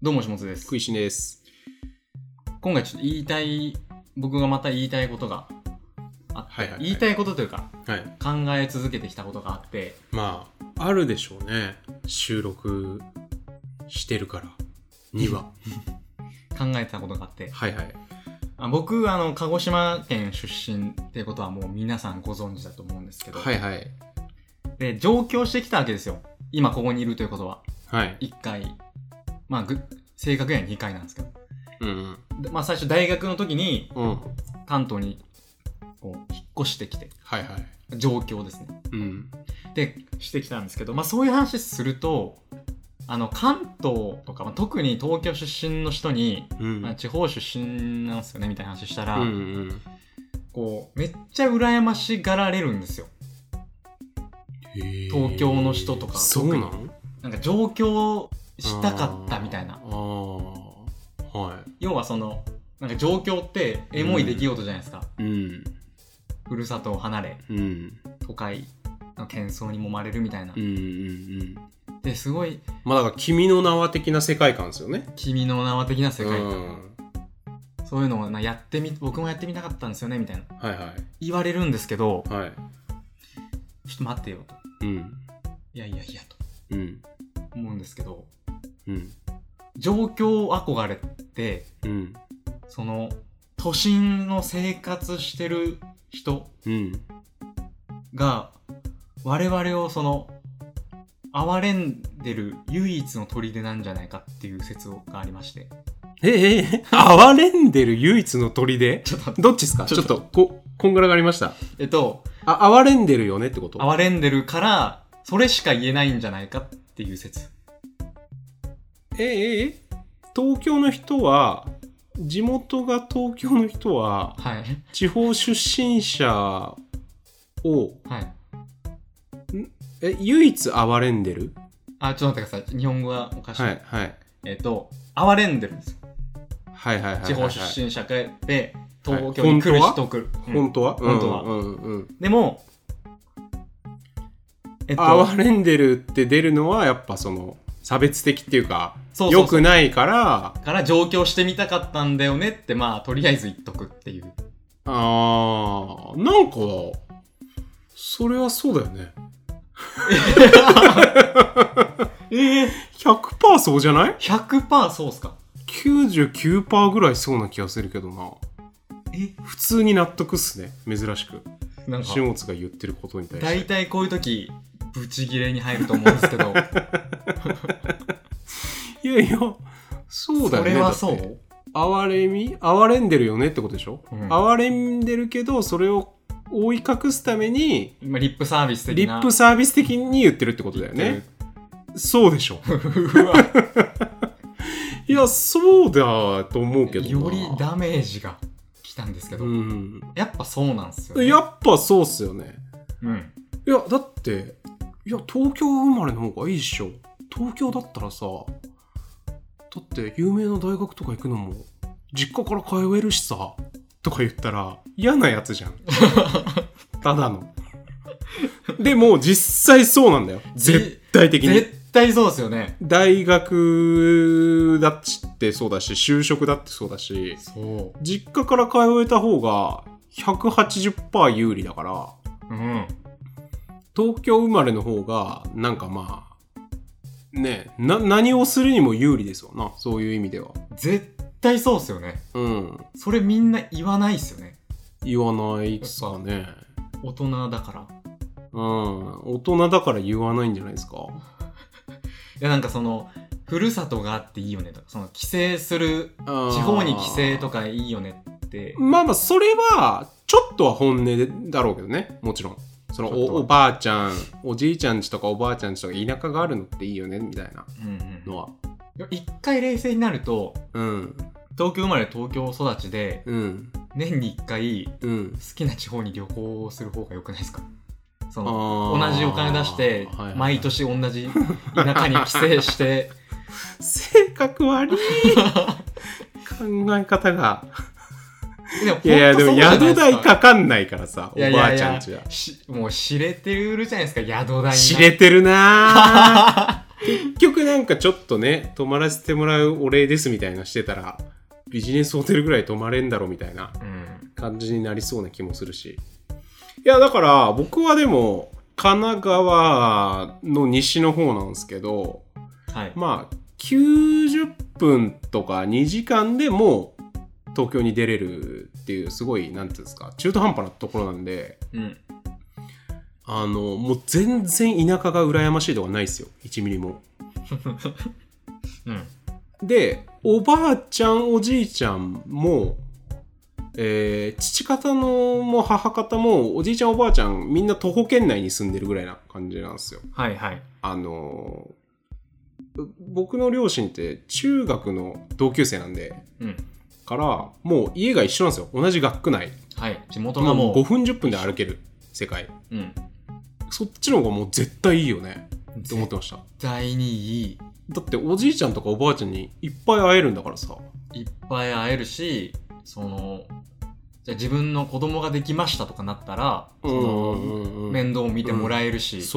どうもしもつです。 食いしんです。 今回ちょっと僕がまた言いたいことがあって、 はいはいはい、 言いたいことというか、 はい、 考え続けてきたことがあって、 まああるでしょうね。収録してるからには考えてたことがあって、 はいはい。 僕鹿児島県出身っていうことはもう皆さんご存知だと思うんですけど、 はいはい。 で上京してきたわけですよ。今ここにいるということは、 はい。 1回、まあ正確には2回なんですけど、 うんでまあ最初大学の時にうん。 関東にこう引っ越してきて、 はいはい。 上京ですね。 うんでしてきたんですけど、まあそういう話すると、関東とか、まあ、特に東京出身の人に、 うんまあ、地方出身なんですよねみたいな話したら、 うんうん。 こうめっちゃ羨ましがられるんですよ。東京の人とかそうなの？ なんか上京したかったみたいな。 はい。 要はなんか上京ってエモい出来事じゃないですか。 うん。 ふるさとを離れ、 うん。 都会の喧騒に揉まれるみたいな。 うんうんうん。 ですごい。 まあだから君の名は的な世界観ですよね。 君の名は的な世界観。 うん、 そういうのを僕もやってみたかったんですよねみたいな。 はいはい。 言われるんですけど、 はい。 ちょっと待ってよと。 うん。 いやと。 うん。 思うんですけど、 うん。 上京憧れって、 うん。 都心の生活してる人が、我々を哀れんでる唯一の砦なんじゃないかっていう説がありまして。 哀れんでる唯一の砦？ ちょっとどっちですか？ちょっとこんがらがりました。哀れんでるよねってこと？ 哀れんでるからそれしか言えないんじゃないかっていう説。 東京の人は、地元が東京の人は、 はい、 地方出身者を、 はい、 唯一哀れんでる？ ちょっと待ってください。日本語がおかしい。 はいはい。 哀れんでるんですよ。 はいはいはい、はい。 地方出身者で東京に来る人来る。 本当は？ 本当は。 うんうん。 でも、 哀れんでるって出るのはやっぱ差別的っていうか、良くないから上京してみたかったんだよねって、まあとりあえず言っとくっていう。 なんかそれはそうだよね。100% そうじゃない？ 100% そうっすか？ 99% ぐらいそうな気がするけどな。普通に納得っすね。珍しく下津が言ってることに対して大体こういう時ブチギレに入ると思うんですけどいやそうだよね。 それはそう？ 哀れんでるよねってことでしょ、哀れんでるけどそれを覆い隠すためにリップサービス的に言ってるってことだよね。そうでしょいやそうだと思うけどな。 よりダメージが来たんですけど、やっぱそうなんですよね。 やっぱそうっすよね。いやだって東京生まれの方がいいっしょ。東京だったらさ、だって有名な大学とか行くのも実家から通えるしさとか言ったら嫌なやつじゃんただの。でも実際そうなんだよ。絶対的に。 絶対そうですよね。 大学だってそうだし、就職だってそうだし、実家から通えた方が 180% 有利だから、東京生まれの方がなんかまあね、何をするにも有利ですわな。そういう意味では絶対そうっすよね。それみんな言わないっすよね。 言わないっすかね。 大人だから。 大人だから言わないんじゃないですか。 いやなんかふるさとがあっていいよねとか、帰省する、地方に帰省とかいいよねって。 まあそれはちょっとは本音だろうけどね。もちろんおばあちゃん、おじいちゃん家とかおばあちゃん家とか田舎があるのっていいよねみたいなのは、 一回冷静になると、東京生まれ東京育ちで、年に1回、好きな地方に旅行をする方が良くないですか？同じお金出して、毎年同じ田舎に帰省して性格悪い考え方がいやでも宿代かかんないからさ、おばあちゃんちは。 もう知れてるじゃないですか、宿代。 知れてるな結局なんかちょっとね、泊まらせてもらうお礼ですみたいなしてたら、ビジネスホテルぐらい泊まれんだろみたいな感じになりそうな気もするし。いやだから僕はでも神奈川の西の方なんですけど、 はい、 まあ90分とか2時間でもう東京に出れるっていうすごいなんていうんですか、中途半端なところなんで、もう全然田舎が羨ましいとかないですよ、1ミリも。でおばあちゃんおじいちゃんも、父方のも母方もおじいちゃんおばあちゃんみんな徒歩圏内に住んでるぐらいな感じなんですよ。 はいはい。 僕の両親って中学の同級生なんで、からもう家が一緒なんですよ、同じ学区内。 はい、地元がもう 5分10分で歩ける世界。そっちの方がもう絶対いいよねって思ってました。 絶対にいい。 だっておじいちゃんとかおばあちゃんにいっぱい会えるんだからさ。 いっぱい会えるし、じゃあ自分の子供ができましたとかなったら、面倒を見てもらえるし、 そう。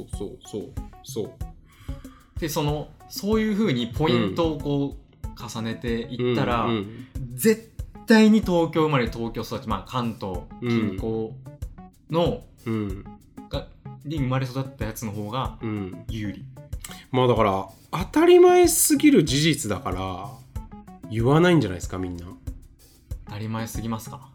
でそういう風にポイントをこう重ねていったら、絶対に東京生まれ東京育ち、まあ関東近郊の、に生まれ育ったやつの方が有利。 まあだから当たり前すぎる事実だから言わないんじゃないですか、みんな。 当たり前すぎますか？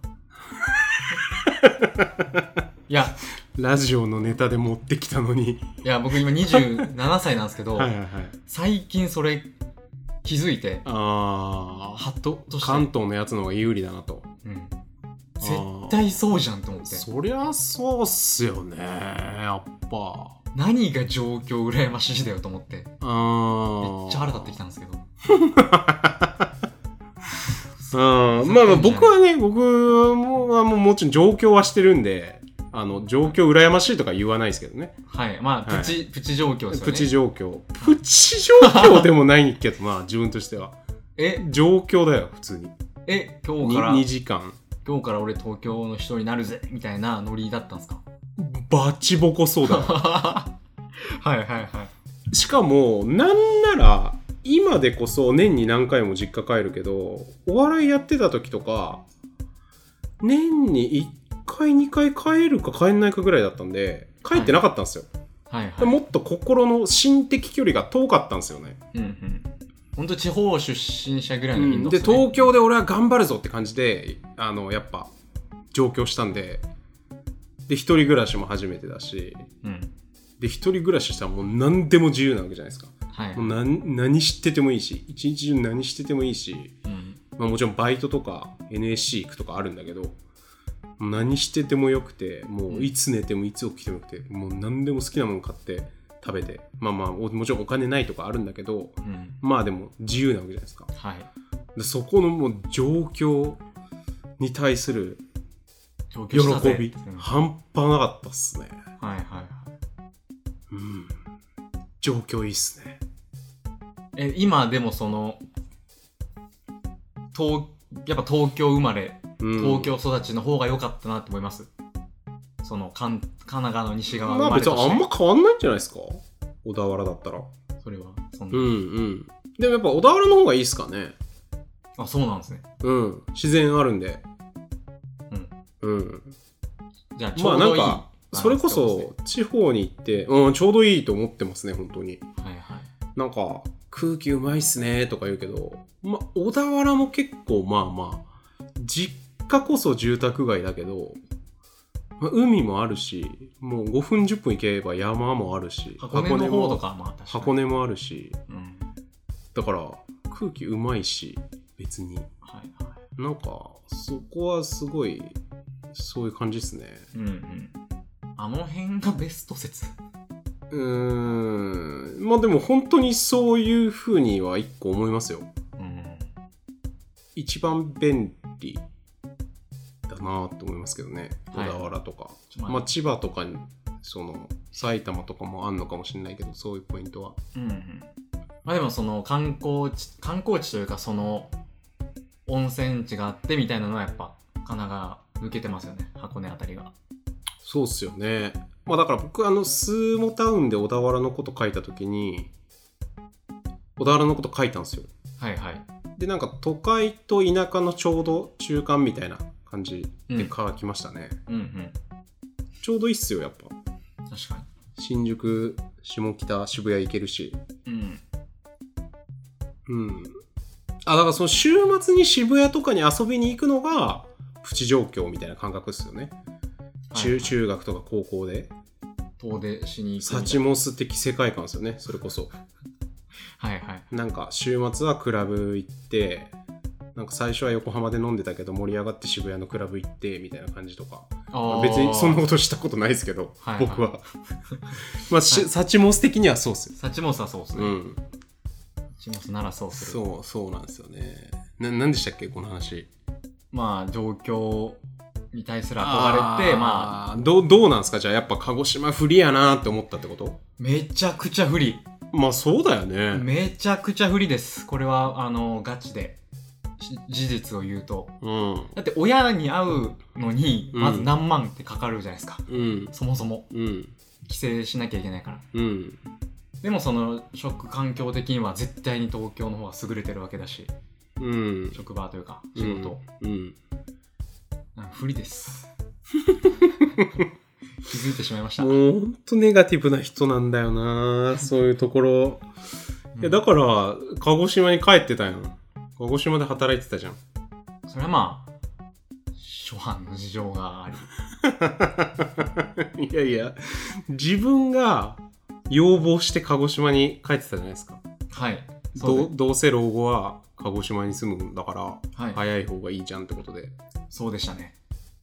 いや、 ラジオのネタで持ってきたのに。 いや、僕今27歳なんですけど、 はい、 最近それ気づいて、ハッとして、 関東のやつの方が有利だなと。 絶対そうじゃんと思って。 そりゃそうっすよね、やっぱ。 何が状況羨ましいだよと思って、めっちゃ腹立ってきたんですけど。 まあ僕はね、僕はもちろん上京はしてるんで、上京羨ましいとか言わないですけどね。 はい、まあプチ上京ですよね。 プチ上京でもないけどな、自分としては。上京だよ普通に。 今日から 2時間。 今日から俺東京の人になるぜみたいなノリだったんですか？ バチボコそうだな。 はいしかもなんなら今でこそ年に何回も実家帰るけど、お笑いやってた時とか年に1回2回帰るか帰んないかぐらいだったんで、帰ってなかったんですよ。もっと心の心的距離が遠かったんですよね。 本当地方出身者ぐらいの頻度ですね。で東京で俺は頑張るぞって感じでやっぱ上京したんで、で一人暮らしも初めてだし、で一人暮らししたらもう何でも自由なわけじゃないですか。もう何しててもいいし、一日中何しててもいいし、まあ、もちろんバイトとか NSC 行くとかあるんだけど、何しててもよくて、もういつ寝てもいつ起きてもよくて、もう何でも好きなもの買って食べて、まあもちろんお金ないとかあるんだけど、まあでも自由なわけじゃないですか。でそこのもう状況に対する喜び、半端なかったっすね。状況いいっすね。 今でもやっぱ東京生まれ、東京育ちの方が良かったなって思います。神奈川の西側生まれとして。 まあ別にあんま変わんないんじゃないですか、小田原だったら。 それはそんな。 でもやっぱ小田原の方がいいっすかね。 あ、そうなんですね。 自然あるんで。 じゃあちょうどいい。 まあなんかそれこそ地方に行って、ちょうどいいと思ってますね、本当に。なんか空気うまいっすねとか言うけど、小田原も結構実家こそ住宅街だけど、海もあるし、もう5分10分行けば山もあるし、 箱根の方とかもあったし、 箱根もあるし、だから空気うまいし、別に、なんかそこはすごいそういう感じですね。 あの辺がベスト説。 まあでも本当にそういう風には一個思いますよ。一番便利だなと思いますけどね、小田原とか。まあ千葉とかに埼玉とかもあんのかもしれないけど、そういうポイントは。 まあでも観光地というか温泉地があってみたいなのはやっぱ神奈川抜けてますよね、箱根あたりが。 そうっすよね。まあだから僕スーモタウンで小田原のこと書いた時に小田原のこと書いたんですよ。 はいはい。 でなんか都会と田舎のちょうど中間みたいな感じで書きましたね。 うんうんちょうどいいっすよやっぱ。 確かに新宿下北渋谷行けるし。だからその週末に渋谷とかに遊びに行くのがプチ上京みたいな感覚ですよね。中学とか高校で遠出しに行くサチモス的世界観ですよね。それこそはいはいなんか週末はクラブ行ってなんか最初は横浜で飲んでたけど盛り上がって渋谷のクラブ行ってみたいな感じとか、別にそんなことしたことないですけど、はいはい、僕はまあ、サチモス的にはそうっすよ。 サチモスはそうっすね、サチモスならそうする。 そうなんですよね。なんでしたっけこの話。 まあ状況に対する憧れてまあどうなんですか。じゃあやっぱ鹿児島不利やなって思ったってこと。 めちゃくちゃ不利。 まあそうだよね。 めちゃくちゃ不利です。これはガチで事実を言うと、だって親に会うのにまず何万ってかかるじゃないですか、そもそも、帰省しなきゃいけないから、でもその職環境的には絶対に東京の方が優れてるわけだし、職場というか仕事、不利です気づいてしまいました。 もうほんとネガティブな人なんだよなそういうところ。いやだから鹿児島に帰ってたやん。鹿児島で働いてたじゃん。 それはまあ諸般の事情がありいや自分が要望して鹿児島に帰ってたじゃないですか。 はい。 どうせ老後は鹿児島に住むんだから、早い方がいいじゃんってことで。 そうでしたね。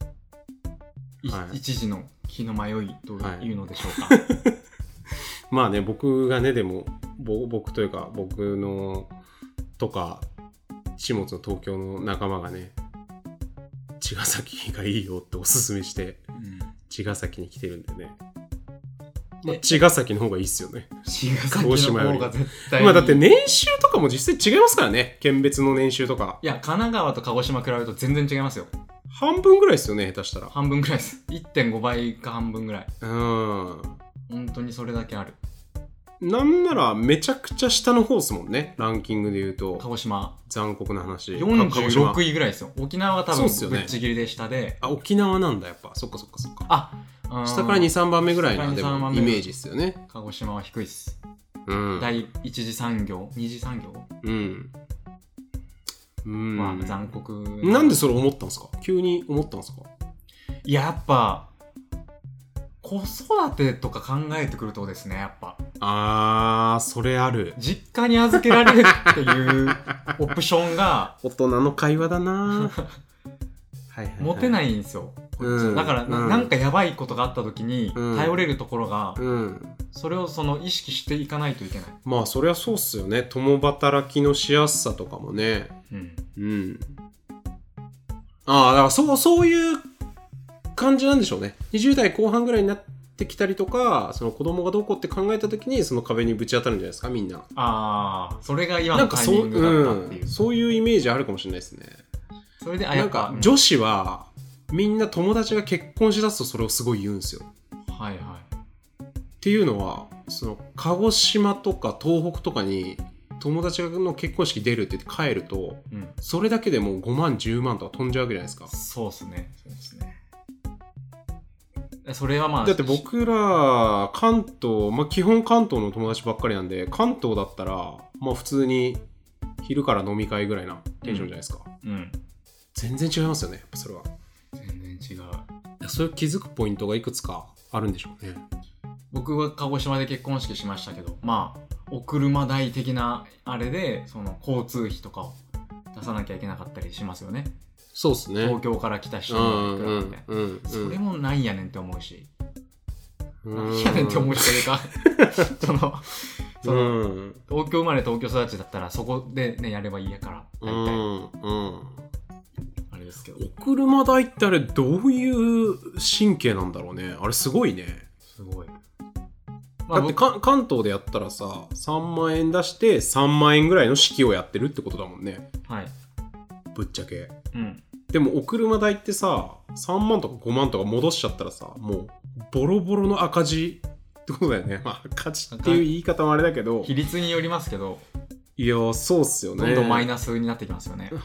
一時の気の迷いというのでしょうか、 まあね、僕がね、でも僕というか僕のとか下津の東京の仲間がね、茅ヶ崎がいいよっておすすめして、茅ヶ崎に来てるんでね、茅ヶ崎の方がいいっすよね。 茅ヶ崎の方が絶対いい。 まあだって年収とかも実際違いますからね。県別の年収とか。 いや、神奈川と鹿児島比べると全然違いますよ。 半分ぐらいですよね、下手したら。 半分ぐらいです。1.5 倍か半分ぐらい。本当にそれだけある。 なんならめちゃくちゃ下の方ですもんね、ランキングで言うと。 鹿児島残酷な話。 46位ぐらいですよ。沖縄は多分ぶっちぎりで下で。 沖縄なんだやっぱ。そっか。下から 2,3 番目ぐらいのでもイメージですよね。 鹿児島は低いっす。第一次産業、二次産業。まあ残酷。 なんでそれ思ったんですか？急に思ったんですか？ やっぱ子育てとか考えてくるとですね、やっぱそれある。 実家に預けられるっていうオプションが大人の会話だな持てないんですよ、だからなんかやばいことがあった時に頼れるところが、それをその意識していかないといけない。 まあそりゃそうっすよね。共働きのしやすさとかもね。だからそういう感じなんでしょうね。20代後半ぐらいになってきたりとか、その子供がどうこうって考えた時にその壁にぶち当たるんじゃないですか、みんな。 それが今のタイミングだったっていう。 そういうイメージあるかもしれないですね。 それでなんか女子はみんな友達が結婚しだすとそれをすごい言うんですよ。っていうのはその鹿児島とか東北とかに友達の結婚式出るって言って帰ると、それだけでもう5万10万とか飛んじゃうわけじゃないですか。 そうですね。それはまあだって僕ら関東、基本関東の友達ばっかりなんで、関東だったら普通に昼から飲み会ぐらいなテンションじゃないですか。全然違いますよね、やっぱそれは。 全然違う。 そういう気づくポイントがいくつかあるんでしょうね。 僕は鹿児島で結婚式しましたけど、お車代的なあれでその交通費とかを出さなきゃいけなかったりしますよね。 そうですね。 東京から来た人のいくらみたいな。それもなんやねんって思うし、なんやねんって思うしというかその東京生まれ東京育ちだったらそこでねやればいいやから大体あれですけど、 お車代ってあれどういう神経なんだろうね。あれすごいね。 すごい。 だって関東でやったらさ、3万円出して3万円ぐらいの式をやってるってことだもんね。 ぶっちゃけ。でもお車代ってさ、3万とか5万とか戻しちゃったらさ、もうボロボロの赤字ってことだよね。まあ赤字っていう言い方もあれだけど。 比率によりますけど。 いや、そうっすよね。 どんどんマイナスになってきますよね。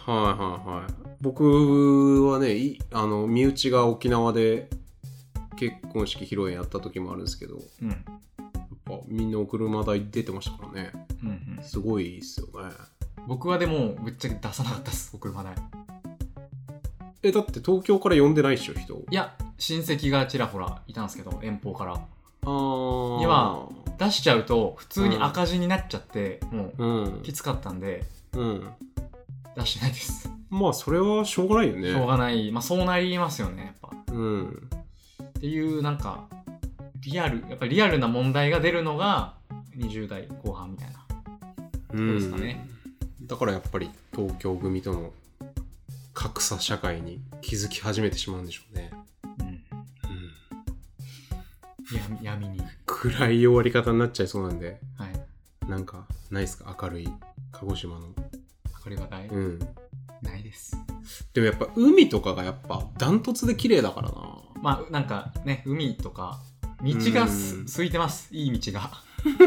僕はね、身内が沖縄で結婚式披露宴やった時もあるんですけど、やっぱみんなお車代出てましたからね。すごいっすよね。 僕はでもぶっちゃけ出さなかったっす、お車代。 だって東京から呼んでないっしょ、人。 いや、親戚がちらほらいたんですけど、遠方から。今出しちゃうと普通に赤字になっちゃって、もうきつかったんで、出してないです。 まあそれはしょうがないよね。 しょうがない。まあそうなりますよね、やっぱ。っていうなんかやっぱりリアルな問題が出るのが20代後半みたいなことですかね。 だからやっぱり東京組との格差社会に気づき始めてしまうんでしょうね。 闇に暗い終わり方になっちゃいそうなんで、なんかないですか、明るい鹿児島の明るい話題。ないです。 でもやっぱ海とかがやっぱダントツで綺麗だからな。 まあなんかね、海とか道が空いてます、いい道が。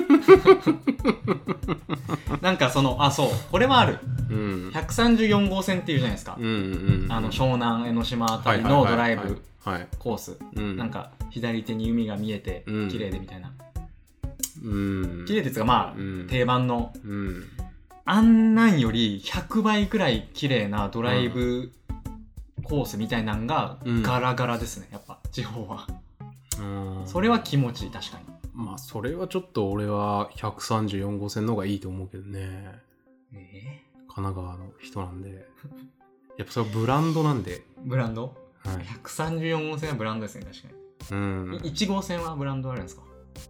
なんかそうこれはある、134号線っていうじゃないですか、湘南江ノ島あたりのドライブコース、なんか左手に海が見えて綺麗でみたいな、綺麗ですが、まあ、定番の、あんなんより100倍くらい綺麗なドライブコースみたいなんがガラガラですね、やっぱ地方は。それは気持ちいい、確かに。 まあそれはちょっと俺は134号線の方がいいと思うけどね。神奈川の人なんで。やっぱそれはブランドなんで。 ブランド、134号線はブランドですね、確かに。1号線はブランドあるんですか？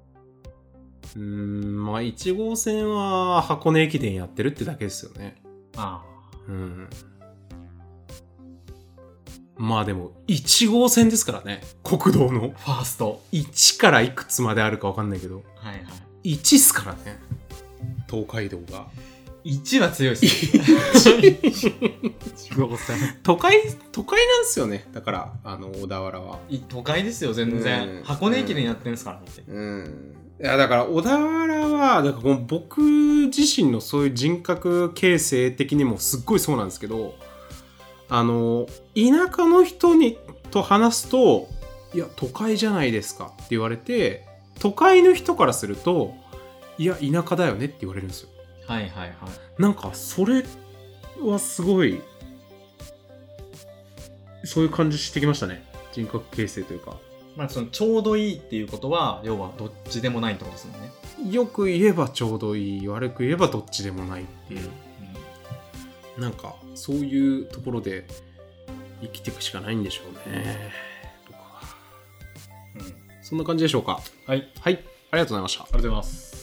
まあ1号線は箱根駅伝やってるってだけですよね。まあでも1号線ですからね、国道のファースト 1からいくつまであるか分かんないけど、1っすからね、東海道が。 1は強いっす都会なんですよね。だから小田原は都会ですよ、全然。箱根駅伝やってるんですからね。 いやだから小田原はだから僕自身のそういう人格形成的にもすっごいそうなんですけど、田舎の人と話すと、いや都会じゃないですかって言われて、都会の人からすると、いや田舎だよねって言われるんですよ。なんかそれはすごいそういう感じしてきましたね、人格形成というか。 まあそのちょうどいいっていうことは、要はどっちでもないってことですもんね。 よく言えばちょうどいい、悪く言えばどっちでもないっていう、なんかそういうところで生きていくしかないんでしょうね、とか、そんな感じでしょうか。 はい、 ありがとうございました。 ありがとうございます。